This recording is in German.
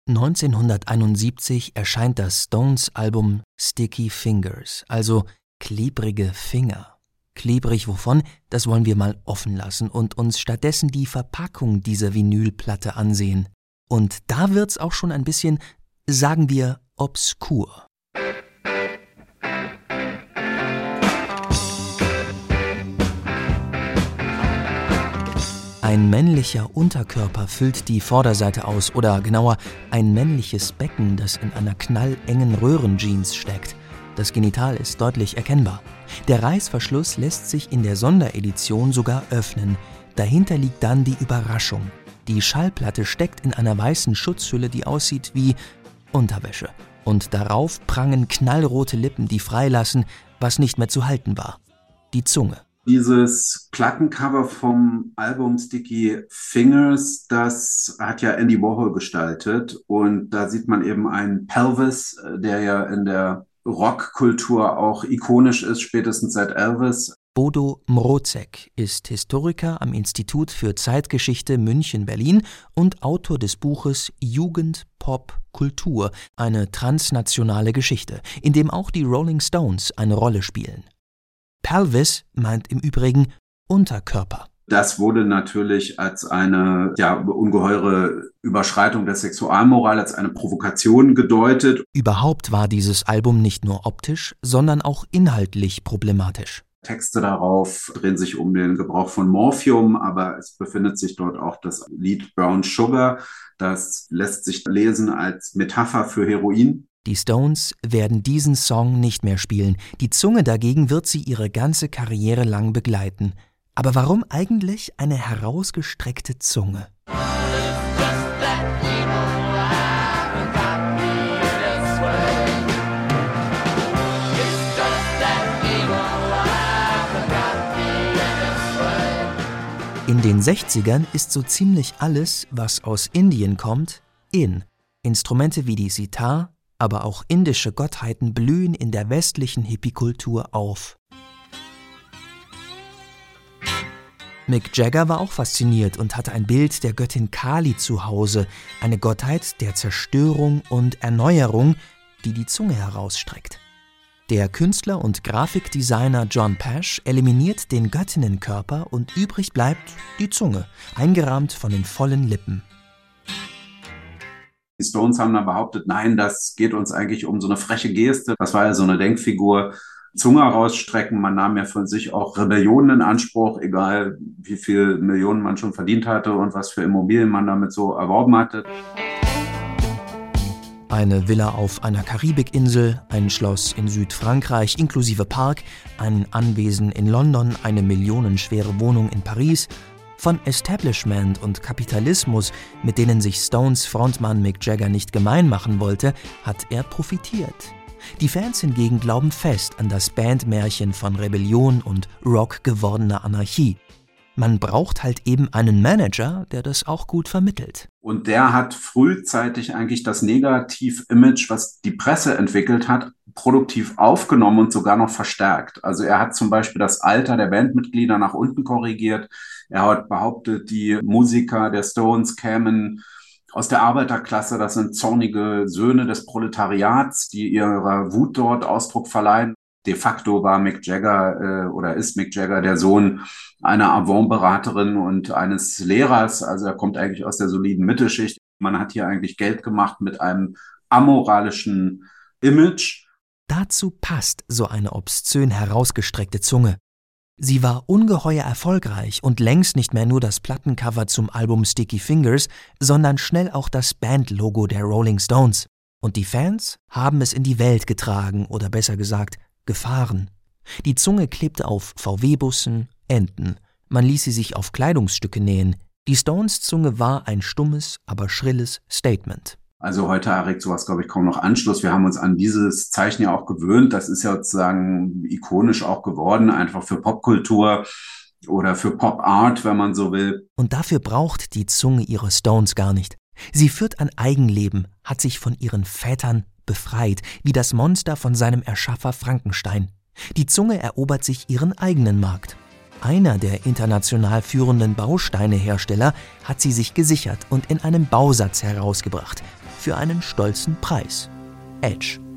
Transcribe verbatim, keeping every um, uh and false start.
neunzehnhunderteinundsiebzig erscheint das Stones-Album Sticky Fingers, also klebrige Finger. Klebrig wovon, das wollen wir mal offen lassen und uns stattdessen die Verpackung dieser Vinylplatte ansehen. Und da wird's auch schon ein bisschen, sagen wir, obskur. Ein männlicher Unterkörper füllt die Vorderseite aus, oder genauer, ein männliches Becken, das in einer knallengen Röhrenjeans steckt. Das Genital ist deutlich erkennbar. Der Reißverschluss lässt sich in der Sonderedition sogar öffnen. Dahinter liegt dann die Überraschung. Die Schallplatte steckt in einer weißen Schutzhülle, die aussieht wie Unterwäsche. Und darauf prangen knallrote Lippen, die freilassen, was nicht mehr zu halten war. Die Zunge. Dieses Plattencover vom Album Sticky Fingers, das hat ja Andy Warhol gestaltet. Und da sieht man eben einen Pelvis, der ja in der Rockkultur auch ikonisch ist, spätestens seit Elvis. Bodo Mrozek ist Historiker am Institut für Zeitgeschichte München-Berlin und Autor des Buches Jugend, Pop, Kultur, eine transnationale Geschichte, in dem auch die Rolling Stones eine Rolle spielen. Pelvis meint im Übrigen Unterkörper. Das wurde natürlich als eine ja, ungeheure Überschreitung der Sexualmoral, als eine Provokation gedeutet. Überhaupt war dieses Album nicht nur optisch, sondern auch inhaltlich problematisch. Texte darauf drehen sich um den Gebrauch von Morphium, aber es befindet sich dort auch das Lied Brown Sugar. Das lässt sich lesen als Metapher für Heroin. Die Stones werden diesen Song nicht mehr spielen. Die Zunge dagegen wird sie ihre ganze Karriere lang begleiten. Aber warum eigentlich eine herausgestreckte Zunge? In den sechzigern ist so ziemlich alles, was aus Indien kommt, in. Instrumente wie die Sitar, aber auch indische Gottheiten blühen in der westlichen Hippie-Kultur auf. Mick Jagger war auch fasziniert und hatte ein Bild der Göttin Kali zu Hause, eine Gottheit der Zerstörung und Erneuerung, die die Zunge herausstreckt. Der Künstler und Grafikdesigner John Pash eliminiert den Göttinnenkörper und übrig bleibt die Zunge, eingerahmt von den vollen Lippen. Die Stones haben dann behauptet, nein, das geht uns eigentlich um so eine freche Geste. Das war ja so eine Denkfigur. Zunge rausstrecken, man nahm ja von sich auch Rebellionen in Anspruch, egal wie viel Millionen man schon verdient hatte und was für Immobilien man damit so erworben hatte. Eine Villa auf einer Karibikinsel, ein Schloss in Südfrankreich inklusive Park, ein Anwesen in London, eine millionenschwere Wohnung in Paris. Von Establishment und Kapitalismus, mit denen sich Stones Frontmann Mick Jagger nicht gemein machen wollte, hat er profitiert. Die Fans hingegen glauben fest an das Bandmärchen von Rebellion und Rock gewordener Anarchie. Man braucht halt eben einen Manager, der das auch gut vermittelt. Und der hat frühzeitig eigentlich das Negativ-Image, was die Presse entwickelt hat, produktiv aufgenommen und sogar noch verstärkt. Also er hat zum Beispiel das Alter der Bandmitglieder nach unten korrigiert. Er hat behauptet, die Musiker der Stones kämen aus der Arbeiterklasse, das sind zornige Söhne des Proletariats, die ihrer Wut dort Ausdruck verleihen. De facto war Mick Jagger äh, oder ist Mick Jagger der Sohn einer Avant-Beraterin und eines Lehrers. Also er kommt eigentlich aus der soliden Mittelschicht. Man hat hier eigentlich Geld gemacht mit einem amoralischen Image. Dazu passt so eine obszön herausgestreckte Zunge. Sie war ungeheuer erfolgreich und längst nicht mehr nur das Plattencover zum Album Sticky Fingers, sondern schnell auch das Bandlogo der Rolling Stones. Und die Fans haben es in die Welt getragen oder besser gesagt, gefahren. Die Zunge klebte auf V W-Bussen, Enten. Man ließ sie sich auf Kleidungsstücke nähen. Die Stones-Zunge war ein stummes, aber schrilles Statement. Also heute erregt sowas, glaube ich, kaum noch Anschluss. Wir haben uns an dieses Zeichen ja auch gewöhnt. Das ist ja sozusagen ikonisch auch geworden, einfach für Popkultur oder für Pop-Art, wenn man so will. Und dafür braucht die Zunge ihre Stones gar nicht. Sie führt ein Eigenleben, hat sich von ihren Vätern befreit, wie das Monster von seinem Erschaffer Frankenstein. Die Zunge erobert sich ihren eigenen Markt. Einer der international führenden Bausteinehersteller hat sie sich gesichert und in einem Bausatz herausgebracht. für einen stolzen Preis. Edge.